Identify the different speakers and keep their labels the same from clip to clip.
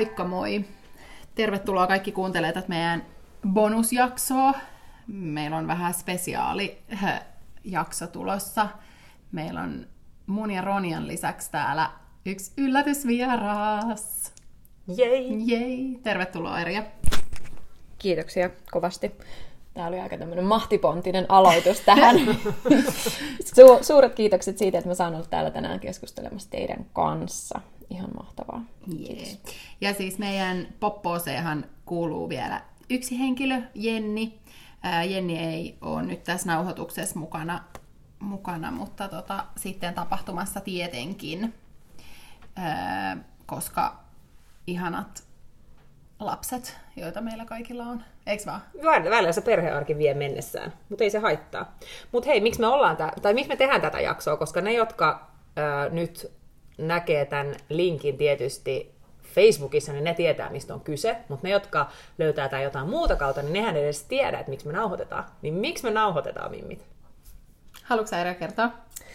Speaker 1: Moikka moi! Tervetuloa kaikki kuuntelemaan tätä meidän bonusjaksoa. Meillä on vähän spesiaali jakso tulossa. Meillä on mun ja Ronjan lisäksi täällä yksi yllätysvieras.
Speaker 2: Jei!
Speaker 1: Tervetuloa Erja.
Speaker 2: Kiitoksia kovasti. Tämä oli aika tämmöinen mahtipontinen aloitus tähän. Suuret kiitokset siitä, että mä saan olla täällä tänään keskustelemassa teidän kanssa. Ihan mahtavaa.
Speaker 1: Kiitos. Ja siis meidän poppooseenhan kuuluu vielä yksi henkilö, Jenni. Jenni ei ole nyt tässä nauhoituksessa mukana mutta sitten tapahtumassa tietenkin, koska ihanat lapset, joita meillä kaikilla on. Eiks vaan?
Speaker 3: Välillä se perhearki vie mennessään, mutta ei se haittaa. Mutta hei, miksi me tehdään tätä jaksoa? Koska ne, jotka nyt näkee tämän linkin tietysti Facebookissa, niin ne tietää, mistä on kyse. Mutta ne, jotka löytää tai jotain muuta kautta, niin nehän edes tiedä, että miksi me nauhoitetaan. Niin miksi me nauhoitetaan, Mimmit?
Speaker 1: Haluatko sä Erja kertoa?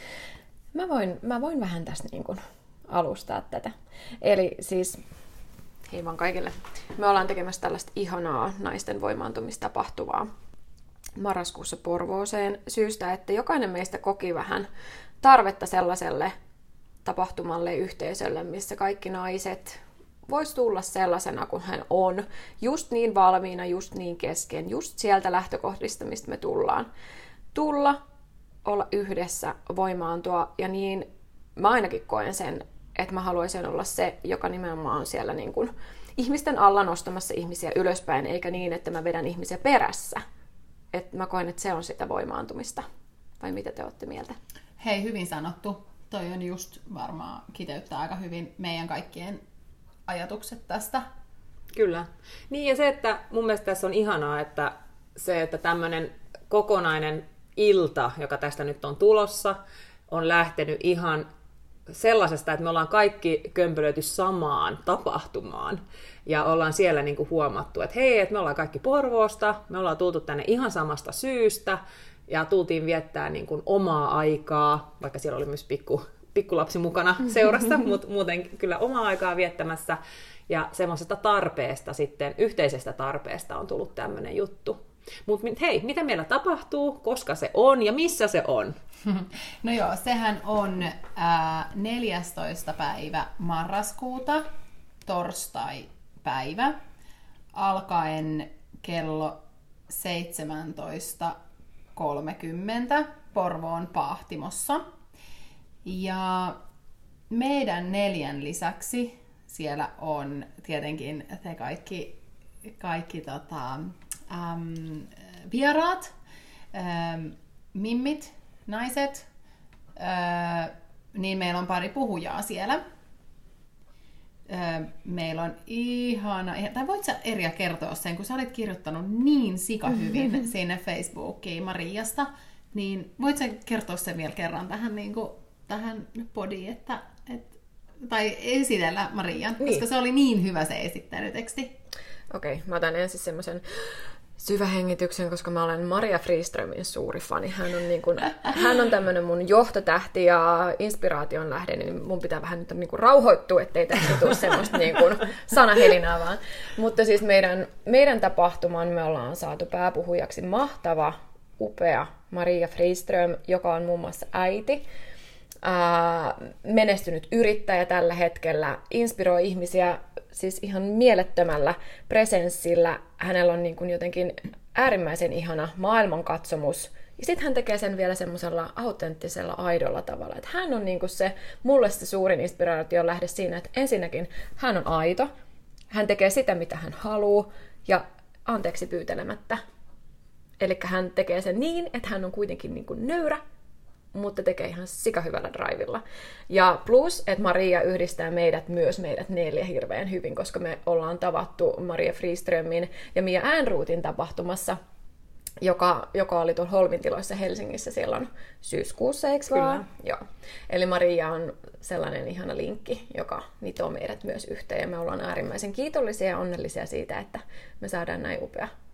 Speaker 2: Mä voin vähän tästä niin kuin alustaa tätä. Eli siis, hei vaan kaikille. Me ollaan tekemässä tällaista ihanaa naisten voimaantumistapahtumaa marraskuussa Porvooseen syystä, että jokainen meistä koki vähän tarvetta sellaiselle tapahtumalle, yhteisölle, missä kaikki naiset vois tulla sellaisena kuin hän on, just niin valmiina, just niin kesken, just sieltä lähtökohdista, mistä me tullaan. Tulla, olla yhdessä, voimaantua, ja niin mä ainakin koen sen, että mä haluaisin olla se, joka nimenomaan on siellä niin kuin ihmisten alla nostamassa ihmisiä ylöspäin, eikä niin, että mä vedän ihmisiä perässä. Et mä koen, että se on sitä voimaantumista. Vai mitä te olette mieltä?
Speaker 1: Hei, hyvin sanottu. Toi on just varmaan kiteyttää aika hyvin meidän kaikkien ajatukset tästä.
Speaker 3: Kyllä. Niin ja se, että mun mielestä tässä on ihanaa, että se, että tämmöinen kokonainen ilta, joka tästä nyt on tulossa, on lähtenyt ihan sellaisesta, että me ollaan kaikki kömpelöity samaan tapahtumaan. Ja ollaan siellä niin kuin huomattu, että hei, että me ollaan kaikki Porvoosta, me ollaan tultu tänne ihan samasta syystä, ja tultiin viettää niin kuin omaa aikaa, vaikka siellä oli myös pikkulapsi mukana seurassa, mutta muuten kyllä omaa aikaa viettämässä. Ja semmoisesta tarpeesta sitten, yhteisestä tarpeesta on tullut tämmöinen juttu. Mutta hei, mitä meillä tapahtuu, koska se on ja missä se on?
Speaker 1: No joo, sehän on 14. päivä marraskuuta, torstai-päivä, alkaen kello 17.30 Porvoon Paahtimossa. Ja meidän 4 lisäksi siellä on tietenkin te kaikki vieraat, mimmit, naiset, niin meillä on pari puhujaa siellä. Meillä on ihana, tai voit sä Erja kertoa sen, kun sä olit kirjoittanut niin sikahyvin sinne Facebookiin Mariasta, niin voit sä kertoa sen vielä kerran tähän podiin, tai esitellä Marian, koska se oli niin hyvä se esittelyteksti.
Speaker 2: Okei, mä otan ensin semmoisen syvähengityksen, koska mä olen Maria Friströmin suuri fani. Hän on tämmöinen mun johtotähti ja inspiraation lähde, niin mun pitää vähän nyt niin kuin rauhoittua, ettei tästä tule semmoista niin kuin sanahelinää vaan. Mutta siis meidän tapahtuman me ollaan saatu pääpuhujaksi mahtava, upea Maria Friström, joka on muun muassa äiti, menestynyt yrittäjä tällä hetkellä, inspiroi ihmisiä siis ihan mielettömällä presenssillä. Hänellä on niin kuin jotenkin äärimmäisen ihana maailmankatsomus. Ja sitten hän tekee sen vielä semmoisella autenttisella, aidolla tavalla. Että hän on niin kuin mulle se suurin inspiraation lähde siinä, että ensinnäkin hän on aito. Hän tekee sitä, mitä hän haluaa ja anteeksi pyytelemättä. Eli hän tekee sen niin, että hän on kuitenkin niin kuin nöyrä, mutta tekee ihan sikahyvällä drivilla. Ja plus, että Maria yhdistää meidät 4 hirveän hyvin, koska me ollaan tavattu Maria Friströmin ja Mia Äänruutin tapahtumassa, joka oli tuolla Holmin tiloissa Helsingissä silloin syyskuussa, eikö vaan? Joo. Eli Maria on sellainen ihana linkki, joka nitoo meidät myös yhteen, ja me ollaan äärimmäisen kiitollisia ja onnellisia siitä, että me saadaan näin upea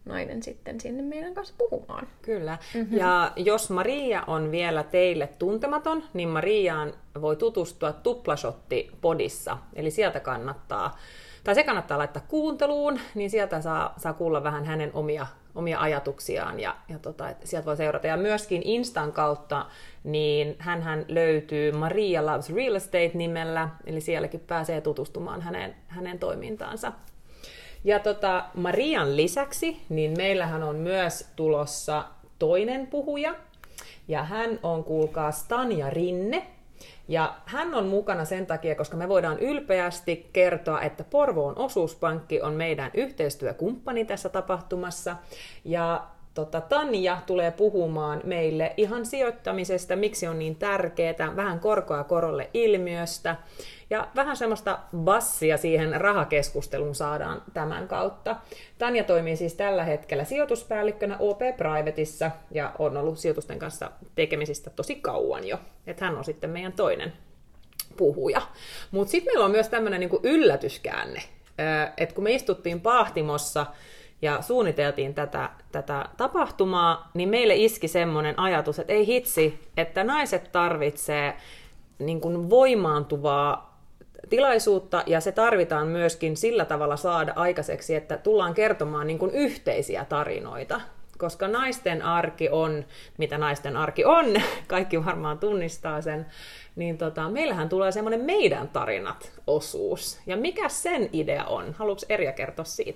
Speaker 2: nainen sitten sinne meidän kanssa puhumaan.
Speaker 3: Kyllä. Ja jos Maria on vielä teille tuntematon, niin Mariaan voi tutustua Tuplasotti-podissa. Eli sieltä kannattaa laittaa kuunteluun, niin sieltä saa kuulla vähän hänen omia ajatuksiaan ja sieltä voi seurata. Ja myöskin Instan kautta, niin hänhän löytyy Maria Loves Real Estate-nimellä, eli sielläkin pääsee tutustumaan hänen toimintaansa. Ja Marian lisäksi, niin meillähän on myös tulossa toinen puhuja, ja hän on, kuulkaa, Tanja Rinne. Ja hän on mukana sen takia, koska me voidaan ylpeästi kertoa, että Porvoon osuuspankki on meidän yhteistyökumppani tässä tapahtumassa. Ja Tanja tulee puhumaan meille ihan sijoittamisesta, miksi on niin tärkeää, vähän korkoa korolle ilmiöstä. Ja vähän semmoista bassia siihen rahakeskusteluun saadaan tämän kautta. Tanja toimii siis tällä hetkellä sijoituspäällikkönä OP Privateissa ja on ollut sijoitusten kanssa tekemisistä tosi kauan jo. Että hän on sitten meidän toinen puhuja. Mutta sitten meillä on myös tämmöinen niinku yllätyskäänne. Että kun me istuttiin Pahtimossa ja suunniteltiin tätä tapahtumaa, niin meille iski semmoinen ajatus, että ei hitsi, että naiset tarvitsee niin kuin voimaantuvaa tilaisuutta, ja se tarvitaan myöskin sillä tavalla saada aikaiseksi, että tullaan kertomaan niin kuin yhteisiä tarinoita. Koska naisten arki on, mitä naisten arki on, kaikki varmaan tunnistaa sen, niin meillähän tulee semmoinen meidän tarinat-osuus. Ja mikä sen idea on? Haluatko Erja kertoa siitä?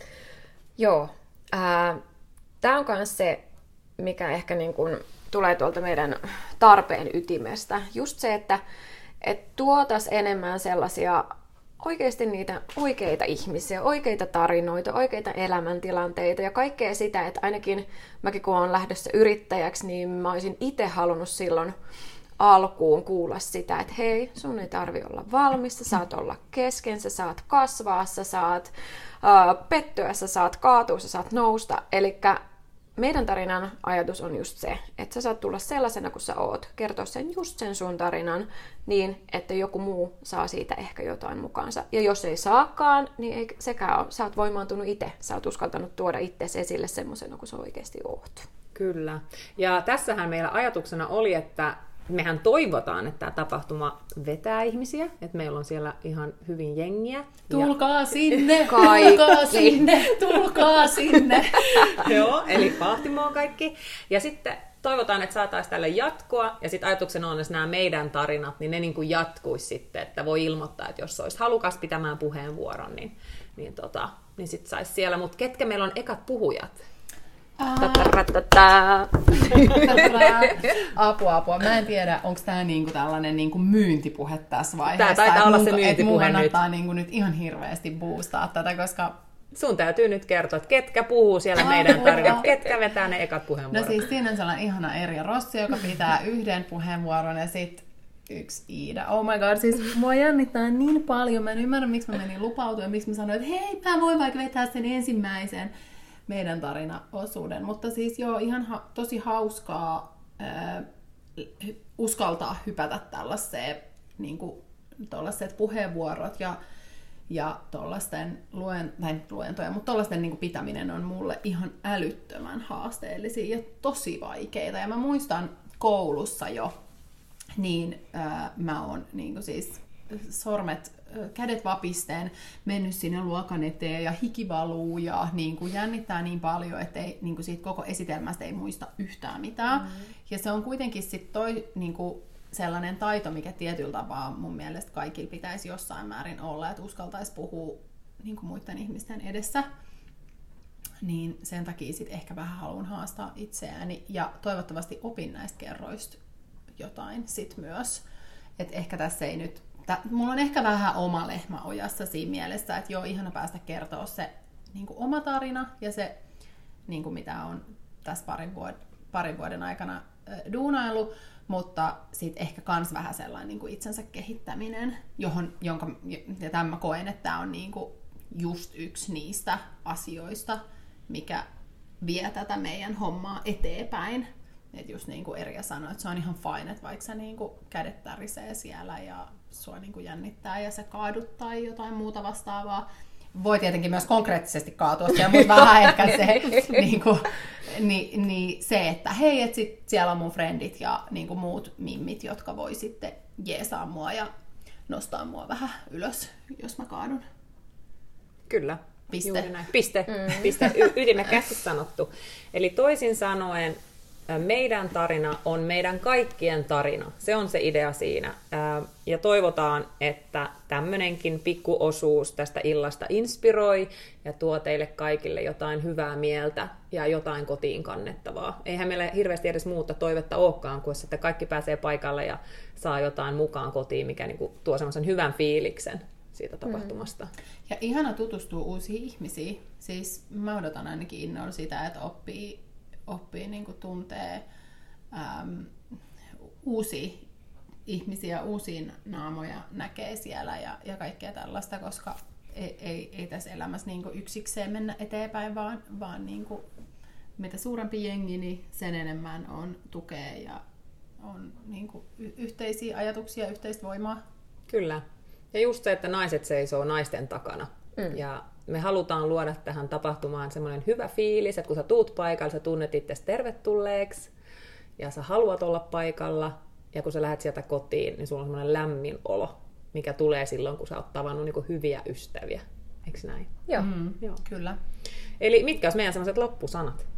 Speaker 2: Joo. Tämä on myös se, mikä ehkä niin kuin tulee tuolta meidän tarpeen ytimestä. Just se, että tuotaisiin enemmän sellaisia oikeasti niitä oikeita ihmisiä, oikeita tarinoita, oikeita elämäntilanteita ja kaikkea sitä, että ainakin mäkin kun olen lähdössä yrittäjäksi, niin mä olisin itse halunnut silloin alkuun kuulla sitä, että hei, sun ei tarvi olla valmis, sä saat olla kesken, sä saat kasvaa, sä saat pettyä, sä saat kaatua, sä saat nousta. Elikkä meidän tarinan ajatus on just se, että sä saat tulla sellaisena kuin sä oot, kertoa sen sun tarinan niin, että joku muu saa siitä ehkä jotain mukaansa. Ja jos ei saakaan, niin ei sekään ole. Sä oot voimaantunut itse, sä oot uskaltanut tuoda itsesi esille semmosena kuin sä oikeasti oot.
Speaker 3: Kyllä. Ja tässähän meillä ajatuksena oli, että mehän toivotaan, että tämä tapahtuma vetää ihmisiä, että meillä on siellä ihan hyvin jengiä.
Speaker 1: Tulkaa sinne,
Speaker 2: tulkaa
Speaker 1: sinne.
Speaker 3: Joo, eli Pahtimoon kaikki. Ja sitten toivotaan, että saataisiin tälle jatkoa, ja sitten ajatuksena on, että nämä meidän tarinat, niin ne niin kuin jatkuisi sitten, että voi ilmoittaa, että jos olisi halukas pitämään puheenvuoron, niin sitten saisi siellä. Mutta ketkä meillä on ekat puhujat?
Speaker 1: Apua. Mä en tiedä, onko tämä niinku tällainen niinku myyntipuhe tässä vaiheessa.
Speaker 3: Tämä taitaa olla se myyntipuhe
Speaker 1: nyt. Kannattaa niinku nyt ihan hirveästi boostaa tätä, koska
Speaker 3: sun täytyy nyt kertoa, että ketkä puhuu siellä meidän tarinat, ketkä vetää ne ekat puheenvuorot.
Speaker 1: No siis siinä on sellainen ihana Erja Rossi, joka pitää yhden puheenvuoron ja sitten yksi Iida. Oh my god, siis mua jännittää niin paljon. Mä en ymmärrä, miksi mä menin lupautumaan, miksi mä sanoin, että hei, mä voin vaikka vetää sen ensimmäisen meidän tarinaosuuden. Mutta siis joo, ihan tosi hauskaa uskaltaa hypätä tällaiseen niinku tollaiset puheenvuorot ja tollaisten luentoja, mutta tollaisten niinku pitäminen on mulle ihan älyttömän haasteellisia ja tosi vaikeita. Ja mä muistan koulussa jo, niin mä oon niinku siis kädet vapisteen mennyt sinne luokan eteen ja hiki valuu ja niinku jännittää niin paljon, että niinku siitä koko esitelmästä ei muista yhtään mitään. Ja se on kuitenkin sit niinku sellainen taito, mikä tietyllä tapaa mun mielestä kaikilla pitäisi jossain määrin olla, että uskaltaisi puhua niin kuin muiden ihmisten edessä. Niin sen takia sit ehkä vähän haluan haastaa itseäni ja toivottavasti opin näistä kerroista jotain sit myös. Että ehkä tässä ei nyt, mulla on ehkä vähän oma lehmä ojassa siinä mielessä, että joo, ihana päästä kertoa se niin kuin oma tarina ja se, niin kuin mitä on tässä parin vuoden aikana duunaillut, mutta sitten ehkä kans vähän sellainen niin kuin itsensä kehittäminen, ja tämän mä koen, että tämä on niin kuin just yksi niistä asioista, mikä vie tätä meidän hommaa eteenpäin. Että just niin kuin Erja sanoi, että se on ihan fine, että vaikka sä niin kuin kädet tärisee siellä ja sua niin kuin jännittää ja sä kaadut tai jotain muuta vastaavaa, voi tietenkin myös konkreettisesti kaatua siellä, mutta vähän ehkä se, niin se, että hei, että siellä on mun frendit ja niin kuin muut mimmit, jotka voi sitten jeesaa mua ja nostaa mua vähän ylös, jos mä kaadun.
Speaker 3: Kyllä.
Speaker 1: Piste.
Speaker 3: Juuri näin. Piste. Ytimekkäästi sanottu. Eli toisin sanoen, meidän tarina on meidän kaikkien tarina. Se on se idea siinä. Ja toivotaan, että tämmöinenkin pikkuosuus tästä illasta inspiroi ja tuo teille kaikille jotain hyvää mieltä ja jotain kotiin kannettavaa. Eihän meillä hirveästi edes muuta toivetta olekaan, kuin että kaikki pääsee paikalle ja saa jotain mukaan kotiin, mikä niinku tuo semmoisen hyvän fiiliksen siitä tapahtumasta.
Speaker 1: Ja ihana tutustua uusiin ihmisiin. Siis mä odotan ainakin innolla sitä, että oppii niin kuin tuntee uusia ihmisiä, uusia naamoja näkee siellä ja kaikkea tällaista, koska ei tässä elämässä niin kuin yksikseen mennä eteenpäin, vaan niin kuin mitä suurempi jengi, niin sen enemmän on tukea ja on niin kuin yhteisiä ajatuksia, yhteistä voimaa.
Speaker 3: Kyllä. Ja just se, että naiset seisoo naisten takana. Ja me halutaan luoda tähän tapahtumaan semmoinen hyvä fiilis, että kun sä tuut paikalle, sä tunnet itsesi tervetulleeksi ja sä haluat olla paikalla. Ja kun sä lähdet sieltä kotiin, niin sulla on semmoinen lämmin olo, mikä tulee silloin, kun sä oot tavannut niin kuin hyviä ystäviä. Eikö näin?
Speaker 2: Joo.
Speaker 1: Joo. Kyllä.
Speaker 3: Eli mitkä olisi meidän semmoiset loppusanat?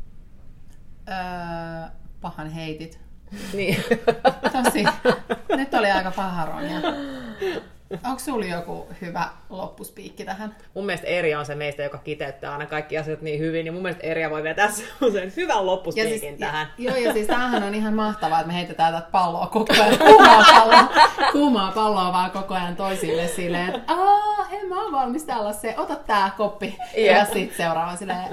Speaker 1: Pahan heitit.
Speaker 3: Niin.
Speaker 1: Tosi. Nyt oli aika paharonia. Onko sulla joku hyvä loppuspiikki tähän?
Speaker 3: Mun mielestä Erja on se meistä, joka kiteyttää aina kaikki asiat niin hyvin, niin mun mielestä Erja voi vetää sen hyvän loppuspiikin tähän.
Speaker 1: Ja siis tämähän on ihan mahtavaa, että me heitetään tätä palloa koko ajan, kuumaa palloa vaan koko ajan toisille silleen, että en mä ole valmis tällä se, ota tää koppi. Ja sitten seuraava silleen,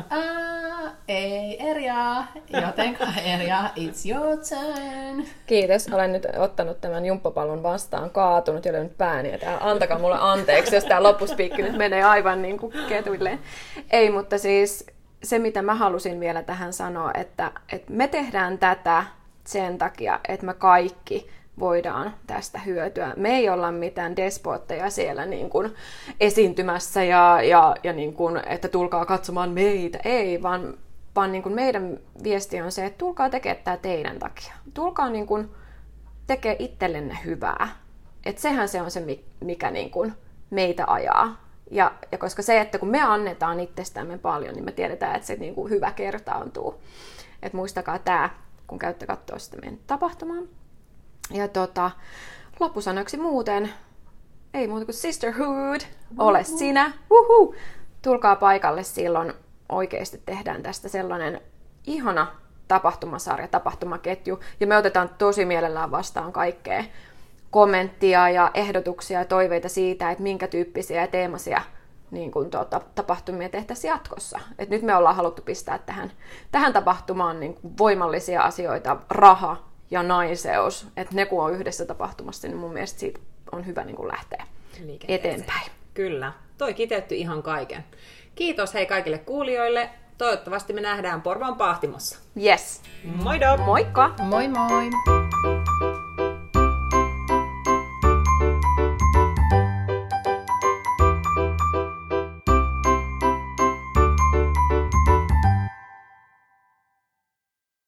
Speaker 1: ei Erja, jotenka Erja, it's your turn.
Speaker 2: Kiitos, olen nyt ottanut tämän jumppapallon vastaan, kaatunut ja löynyt pääni, että antakaa mulle anteeksi, jos tämä loppuspiikki nyt menee aivan niin kuin ketuilleen. Ei, mutta siis se, mitä mä halusin vielä tähän sanoa, että me tehdään tätä sen takia, että me kaikki voidaan tästä hyötyä. Me ei olla mitään despootteja siellä niin kuin esiintymässä ja niin kuin, että tulkaa katsomaan meitä. Ei, vaan niin kuin meidän viesti on se, että tulkaa tekemään tämä teidän takia. Tulkaa niin kuin tekemään itsellenne hyvää. Että sehän se on se, mikä niin kuin meitä ajaa. Ja koska se, että kun me annetaan itsestämme paljon, niin me tiedetään, että se niin kuin hyvä kertaantuu. Että muistakaa tämä, kun käytte katsoa sitä meidän tapahtumaa. Ja loppusanoiksi muuten, ei muuta kuin sisterhood, ole sinä. Woohoo! Tulkaa paikalle silloin, oikeasti tehdään tästä sellainen ihana tapahtumasarja, tapahtumaketju. Ja me otetaan tosi mielellään vastaan kaikkea kommenttia ja ehdotuksia ja toiveita siitä, että minkä tyyppisiä ja teemaisia niin kuin, tapahtumia tehtäisiin jatkossa. Et nyt me ollaan haluttu pistää tähän tapahtumaan niin kuin voimallisia asioita, raha ja naiseus. Että ne kun on yhdessä tapahtumassa, niin mun mielestä siitä on hyvä niin kuin lähteä eteenpäin.
Speaker 3: Kyllä, toi kiteytti ihan kaiken. Kiitos hei kaikille kuulijoille. Toivottavasti me nähdään Porvoon Paahtimossa.
Speaker 2: Yes.
Speaker 3: Moido!
Speaker 2: Moikka!
Speaker 1: Moi moi!